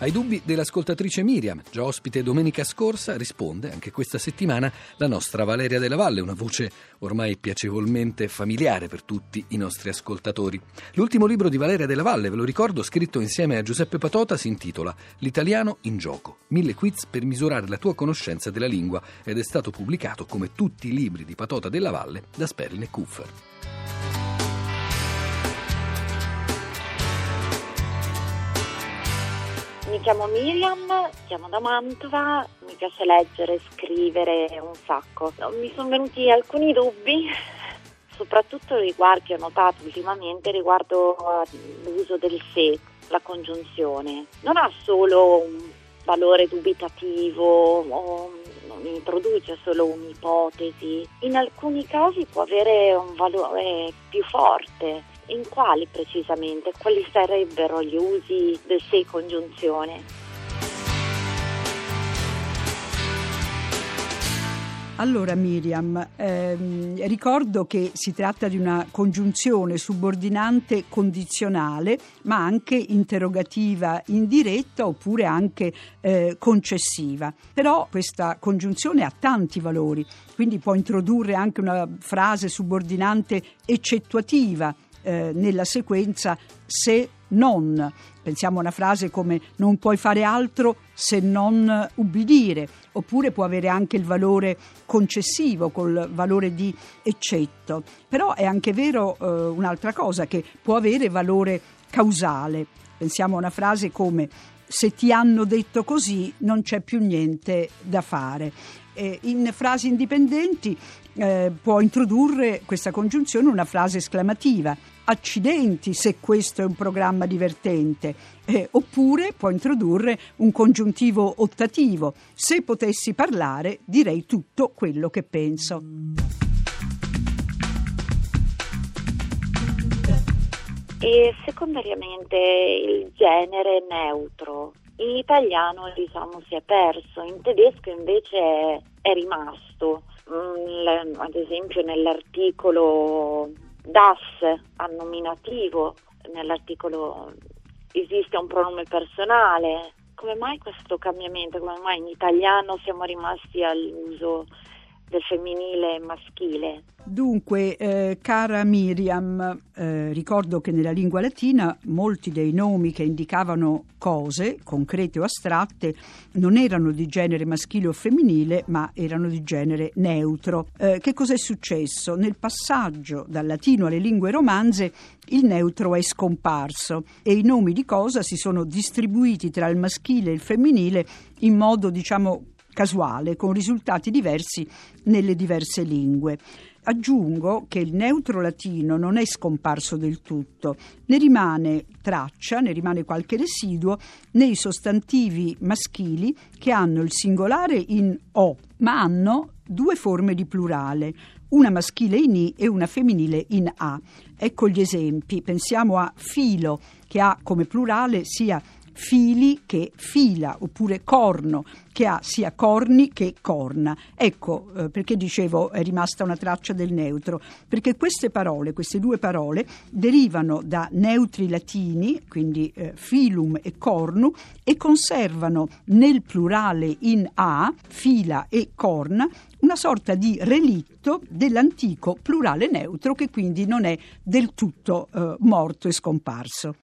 Ai dubbi dell'ascoltatrice Miriam, già ospite domenica scorsa, risponde anche questa settimana la nostra Valeria Della Valle, una voce ormai piacevolmente familiare per tutti i nostri ascoltatori. L'ultimo libro di Valeria Della Valle, ve lo ricordo, scritto insieme a Giuseppe Patota, si intitola L'italiano in gioco. 1000 quiz per misurare la tua conoscenza della lingua ed è stato pubblicato, come tutti i libri di Patota Della Valle, da Sperling e Kupfer. Mi chiamo Miriam, chiamo da Mantova, mi piace leggere e scrivere un sacco. Mi sono venuti alcuni dubbi, soprattutto che ho notato ultimamente riguardo l'uso del se, la congiunzione. Non ha solo un valore dubitativo o non introduce solo un'ipotesi, in alcuni casi può avere un valore più forte. In quali precisamente? Quali sarebbero gli usi del se congiunzione? Allora Miriam, ricordo che si tratta di una congiunzione subordinante condizionale, ma anche interrogativa indiretta oppure anche concessiva. Però questa congiunzione ha tanti valori, quindi può introdurre anche una frase subordinante eccettuativa nella sequenza se non. Pensiamo a una frase come non puoi fare altro se non ubbidire, oppure può avere anche il valore concessivo col valore di eccetto. Però è anche vero un'altra cosa, che può avere valore causale. Pensiamo a una frase come se ti hanno detto così non c'è più niente da fare. In frasi indipendenti può introdurre questa congiunzione una frase esclamativa: accidenti se questo è un programma divertente, oppure può introdurre un congiuntivo ottativo: se potessi parlare direi tutto quello che penso. E secondariamente il genere neutro. In italiano si è perso, in tedesco invece è rimasto. Ad esempio nell'articolo das a nominativo, nell'articolo esiste un pronome personale. Come mai questo cambiamento? Come mai in italiano siamo rimasti all'uso del femminile e maschile? Dunque, cara Miriam, ricordo che nella lingua latina molti dei nomi che indicavano cose, concrete o astratte, non erano di genere maschile o femminile, ma erano di genere neutro. Che cos'è successo? Nel passaggio dal latino alle lingue romanze il neutro è scomparso e i nomi di cosa si sono distribuiti tra il maschile e il femminile in modo, casuale, con risultati diversi nelle diverse lingue. Aggiungo che il neutro latino non è scomparso del tutto, ne rimane traccia, ne rimane qualche residuo nei sostantivi maschili che hanno il singolare in o, ma hanno due forme di plurale, una maschile in i e una femminile in a. Ecco gli esempi. Pensiamo a filo, che ha come plurale sia fili che fila, oppure corno, che ha sia corni che corna. Ecco perché dicevo è rimasta una traccia del neutro, perché queste due parole derivano da neutri latini, quindi filum e cornu, e conservano nel plurale in a, fila e corna, una sorta di relitto dell'antico plurale neutro che quindi non è del tutto morto e scomparso.